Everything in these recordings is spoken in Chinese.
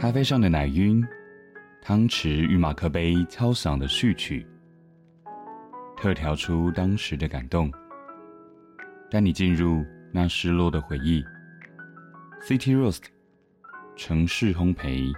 咖啡上的奶晕，汤匙与马克杯敲响的序曲，特调出当时的感动，带你进入那失落的回忆。City Roast 城市烘焙。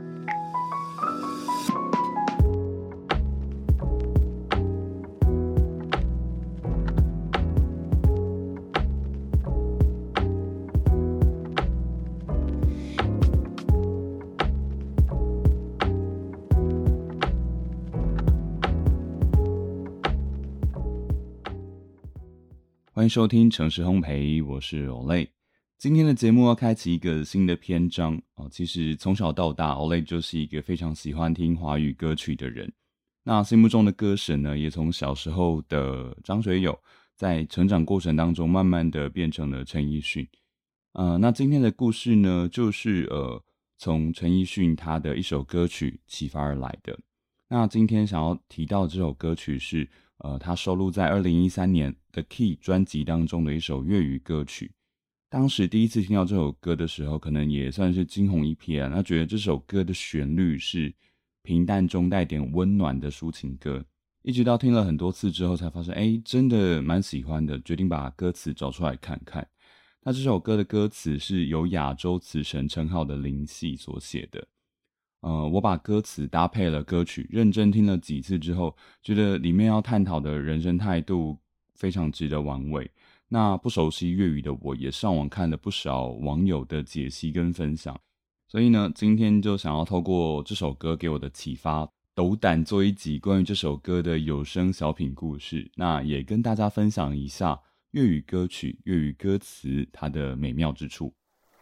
欢迎收听城市烘焙，我是 Olay。今天的节目要开启一个新的篇章其实从小到大 Olay 就是一个非常喜欢听华语歌曲的人。那心目中的歌神呢，也从小时候的张学友，在成长过程当中慢慢的变成了陈奕迅。那今天的故事呢，就是从陈奕迅他的一首歌曲启发而来的。那今天想要提到的这首歌曲是他收录在2013年的 Key 专辑当中的一首粤语歌曲。当时第一次听到这首歌的时候，可能也算是惊鸿一瞥那觉得这首歌的旋律是平淡中带点温暖的抒情歌。一直到听了很多次之后才发现真的蛮喜欢的，决定把歌词找出来看看。那这首歌的歌词是由亚洲词神称号的林夕所写的。我把歌词搭配了歌曲，认真听了几次之后，觉得里面要探讨的人生态度非常值得玩味。那不熟悉粤语的我也上网看了不少网友的解析跟分享，所以呢，今天就想要透过这首歌给我的启发，斗胆做一集关于这首歌的有声小品故事。那也跟大家分享一下粤语歌曲、粤语歌词它的美妙之处。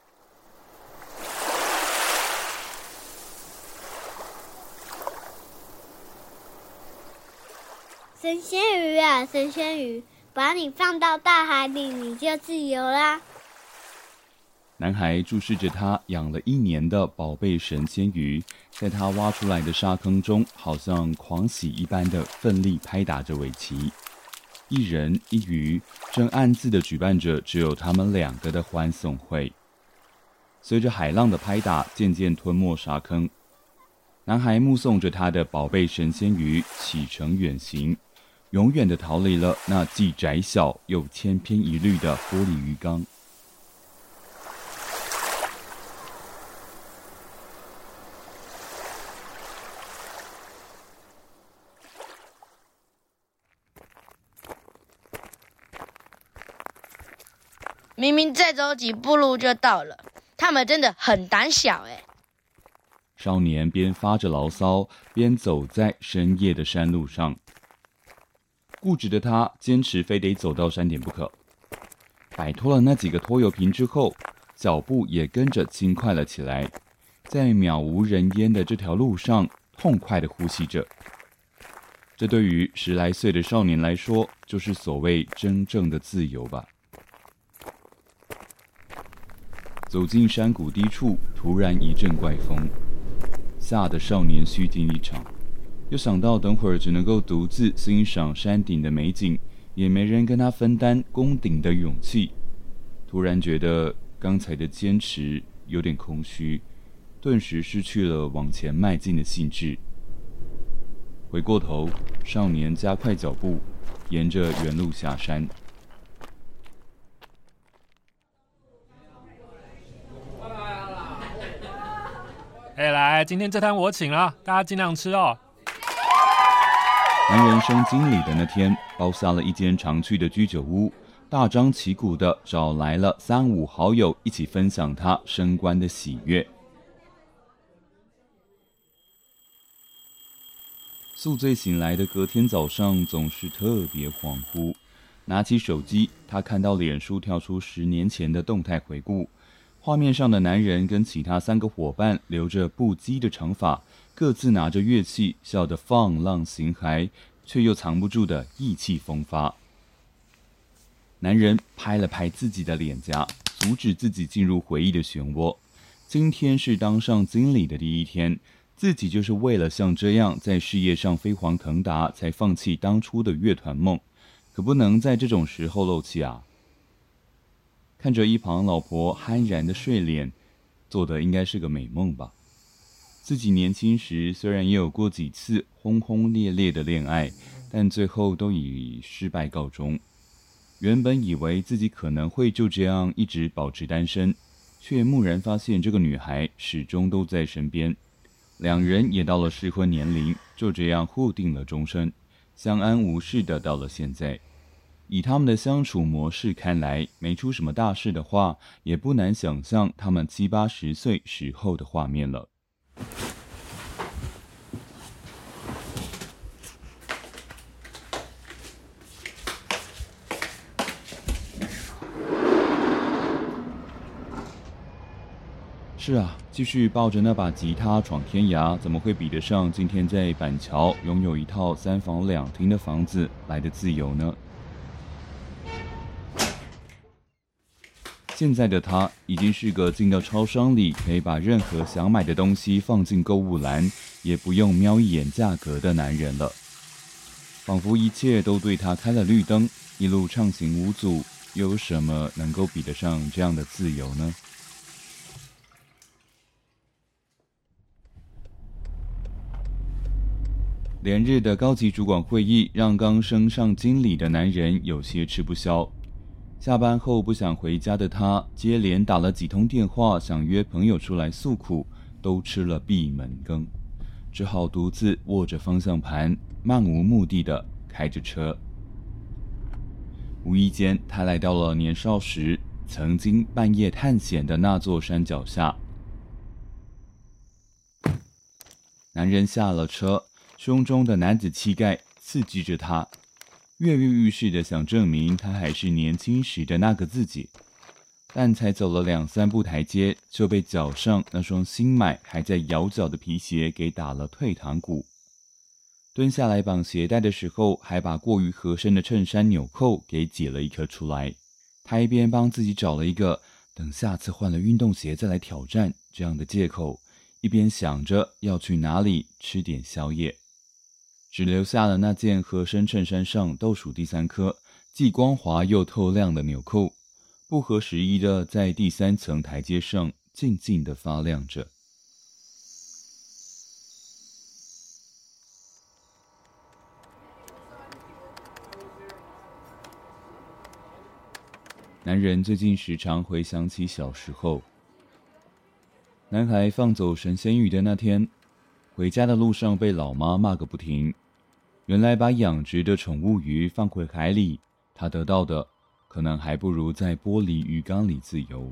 神仙鱼啊，神仙鱼，把你放到大海里，你就自由啦。 男孩注视着他养了1年的宝贝神仙鱼，在他挖出来的沙坑中，好像狂喜一般的奋力拍打着尾鳍。一人一鱼正暗自的举办着只有他们2个的欢送会。随着海浪的拍打，渐渐吞没沙坑。男孩目送着他的宝贝神仙鱼启程远行，永远的逃离了那既窄小又千篇一律的玻璃鱼缸。 明明再走几步路就到了，他们真的很胆小少年边发着牢骚，边走在深夜的山路上。固执的他坚持非得走到山顶不可。摆脱了那几个拖油瓶之后，脚步也跟着轻快了起来，在渺无人烟的这条路上痛快地呼吸着。这对于10来岁的少年来说，就是所谓真正的自由吧。走进山谷低处，突然一阵怪风，吓得少年虚惊一场。又想到等会儿只能够独自欣赏山顶的美景，也没人跟他分担攻顶的勇气，突然觉得刚才的坚持有点空虚，顿时失去了往前迈进的兴致。回过头，少年加快脚步，沿着原路下山。 来，今天这摊我请了，大家尽量吃哦。 男人升经理的那天，包下了一间常去的居酒屋，大张旗鼓地找来了3、5好友一起分享他升官的喜悦。宿醉醒来的隔天早上总是特别恍惚，拿起手机，他看到脸书跳出10年前的动态回顾，画面上的男人跟其他3个伙伴留着不羁的长发，各自拿着乐器，笑得放浪形骸，却又藏不住的意气风发。男人拍了拍自己的脸颊，阻止自己进入回忆的漩涡。今天是当上经理的第一天，自己就是为了像这样在事业上飞黄腾达，才放弃当初的乐团梦，可不能在这种时候漏气啊。看着一旁老婆酣然的睡脸，做的应该是个美梦吧。 自己年轻时虽然也有过几次轰轰烈烈的恋爱，但最后都以失败告终。原本以为自己可能会就这样一直保持单身，却蓦然发现这个女孩始终都在身边，两人也到了适婚年龄，就这样互定了终身，相安无事的到了现在。以他们的相处模式看来，没出什么大事的话，也不难想象他们70、80岁时候的画面了。是啊，继续抱着那把吉他闯天涯，怎么会比得上今天在板桥拥有一套3房2厅的房子来的自由呢？现在的他已经是个进到超商里可以把任何想买的东西放进购物篮，也不用瞄一眼价格的男人了。仿佛一切都对他开了绿灯，一路畅行无阻，又有什么能够比得上这样的自由呢？连日的高级主管会议让刚升上经理的男人有些吃不消。下班后不想回家的他，接连打了几通电话，想约朋友出来诉苦，都吃了闭门羹，只好独自握着方向盘，漫无目的地开着车。无意间，他来到了年少时曾经半夜探险的那座山脚下。男人下了车，胸中的男子气概刺激着他，跃跃欲试的想证明他还是年轻时的那个自己，但才走了2、3步台阶，就被脚上那双新买还在摇脚的皮鞋给打了退堂鼓。蹲下来绑鞋带的时候，还把过于合身的衬衫纽扣给解了一颗出来。他一边帮自己找了一个等下次换了运动鞋再来挑战这样的借口，一边想着要去哪里吃点宵夜。只留下了那件合身衬衫上倒数第3颗既光滑又透亮的纽扣，不合时宜的在第3层台阶上静静地发亮着。男人最近时常回想起小时候，男孩放走神仙鱼的那天，回家的路上被老妈骂个不停。原来把养殖的宠物鱼放回海里，他得到的可能还不如在玻璃鱼缸里自由。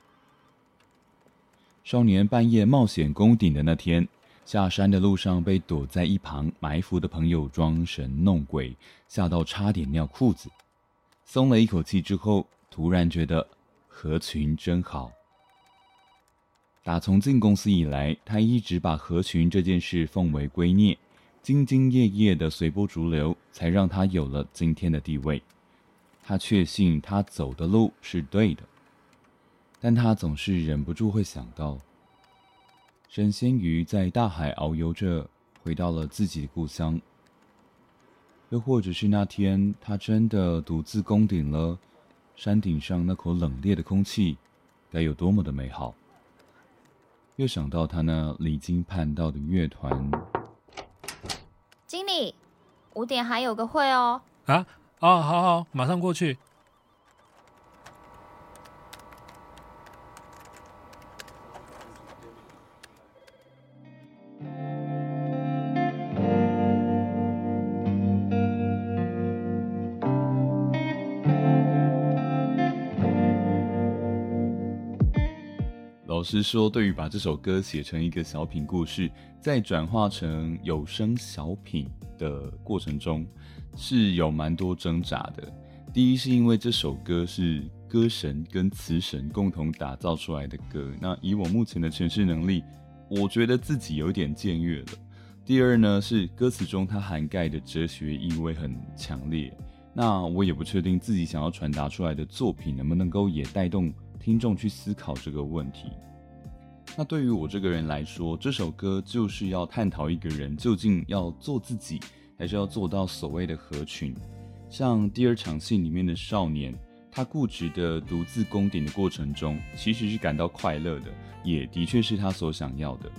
少年半夜冒险攻顶的那天，下山的路上被躲在一旁埋伏的朋友装神弄鬼，吓到差点尿裤子。松了一口气之后，突然觉得合群真好。打从进公司以来，他一直把合群这件事奉为圭臬，兢兢业业的随波逐流，才让他有了今天的地位。他确信他走的路是对的，但他总是忍不住会想到，神仙鱼在大海遨游着回到了自己的故乡，又或者是那天他真的独自攻顶了山顶上那口冷冽的空气，该有多么的美好。又想到他那离经叛道的乐团。 经理，5点还有个会哦。 好，马上过去。 老实说，对于把这首歌写成一个小品故事，再转化成有声小品的过程中，是有蛮多挣扎的。第一是因为这首歌是歌神跟词神共同打造出来的歌，那以我目前的诠释能力，我觉得自己有点僭越了。第二呢，是歌词中它涵盖的哲学意味很强烈，那我也不确定自己想要传达出来的作品能不能够也带动听众去思考这个问题。那对于我这个人来说，这首歌就是要探讨一个人究竟要做自己，还是要做到所谓的合群。像第2场戏里面的少年，他固执的独自攻顶的过程中，其实是感到快乐的，也的确是他所想要的。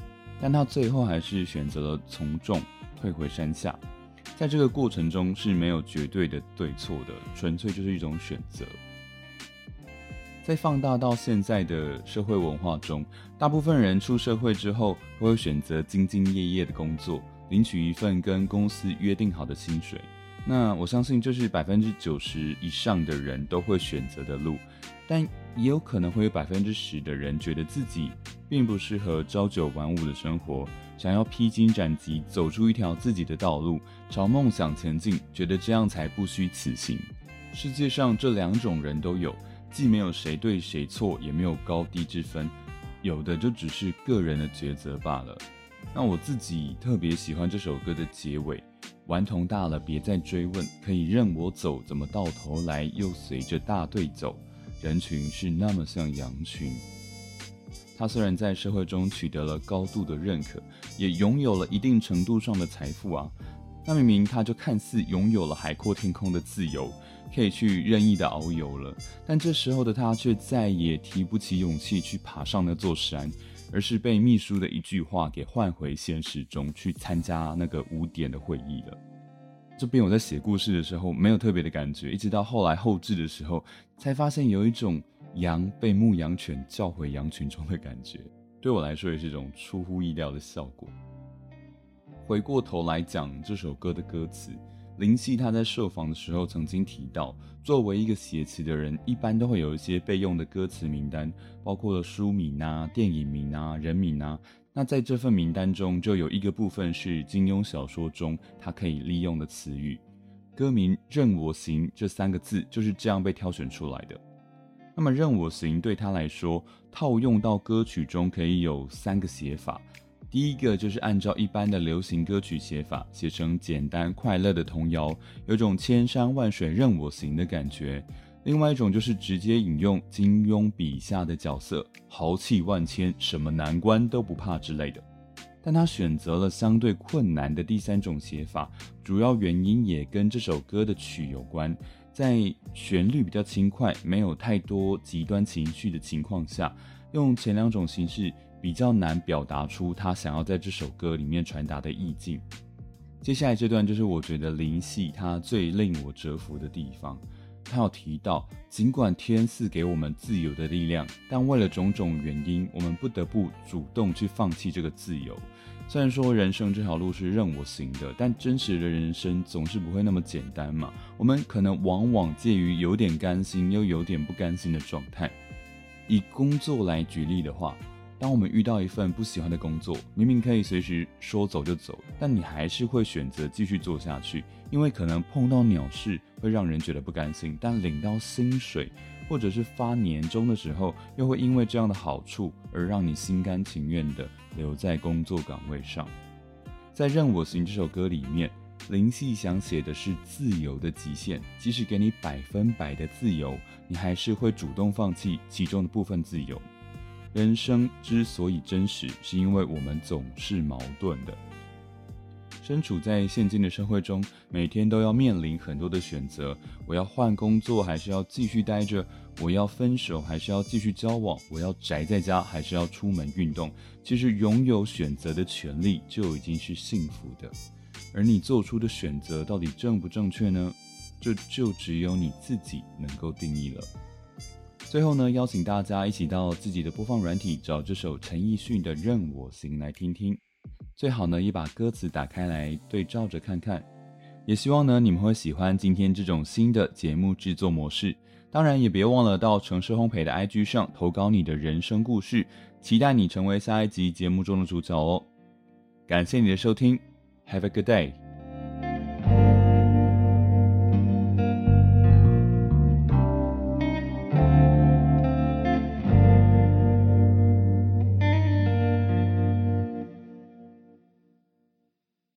但他最后还是选择了从众，退回山下。在这个过程中是没有绝对的对错的，纯粹就是一种选择。在放大到现在的社会文化中，大部分人出社会之后都会选择兢兢业业的工作，领取一份跟公司约定好的薪水。那我相信这是90%以上的人都会选择的路，但也有可能会有10%的人觉得自己并不适合朝九晚五的生活，想要披荆斩棘，走出一条自己的道路，朝梦想前进，觉得这样才不虚此行。世界上这两种人都有，既没有谁对谁错，也没有高低之分，有的就只是个人的抉择罢了。那我自己特别喜欢这首歌的结尾，顽童大了别再追问，可以任我走，怎么到头来又随着大队走，人群是那么像羊群。他虽然在社会中取得了高度的认可，也拥有了一定程度上的财富啊，那明明他就看似拥有了海阔天空的自由，可以去任意的遨游了，但这时候的他却再也提不起勇气去爬上那座山，而是被秘书的一句话给换回现实中，去参加那个5点的会议了。这边我在写故事的时候没有特别的感觉，一直到后来后制的时候才发现有一种羊被牧羊犬叫回羊群中的感觉，对我来说也是一种出乎意料的效果。回过头来讲这首歌的歌词，林夕他在受访的时候曾经提到，作为一个写词的人，一般都会有一些备用的歌词名单，包括了书名啊、电影名啊、人名啊。那在这份名单中就有一个部分是金庸小说中他可以利用的词语，歌名任我行这3个字就是这样被挑选出来的。那么任我行对他来说套用到歌曲中可以有3个写法，第一个就是按照一般的流行歌曲写法，写成简单快乐的童谣，有种千山万水任我行的感觉。另外一种就是直接引用金庸笔下的角色，豪气万千，什么难关都不怕之类的。但他选择了相对困难的第3种写法，主要原因也跟这首歌的曲有关。在旋律比较轻快，没有太多极端情绪的情况下，用前2种形式比较难表达出他想要在这首歌里面传达的意境。接下来这段就是我觉得林夕他最令我折服的地方。他有提到，尽管天赐给我们自由的力量，但为了种种原因，我们不得不主动去放弃这个自由。虽然说人生这条路是任我行的，但真实的人生总是不会那么简单嘛。我们可能往往介于有点甘心又有点不甘心的状态。以工作来举例的话，当我们遇到一份不喜欢的工作，明明可以随时说走就走，但你还是会选择继续做下去，因为可能碰到鸟事会让人觉得不甘心，但领到薪水或者是发年终的时候，又会因为这样的好处而让你心甘情愿的留在工作岗位上。在《任我行》这首歌里面，林夕想写的是自由的极限，即使给你100%的自由，你还是会主动放弃其中的部分自由。人生之所以真实，是因为我们总是矛盾的。身处在现今的社会中，每天都要面临很多的选择，我要换工作还是要继续待着，我要分手还是要继续交往，我要宅在家还是要出门运动。其实拥有选择的权利就已经是幸福的，而你做出的选择到底正不正确呢？这就只有你自己能够定义了。最后呢，邀请大家一起到自己的播放软体找这首陈奕迅的《任我行》来听听，最好呢也把歌词打开来对照着看看。也希望呢你们会喜欢今天这种新的节目制作模式，当然也别忘了到城市烘焙的 IG 上投稿你的人生故事，期待你成为下一集节目中的主角哦。感谢你的收听， Have a good day。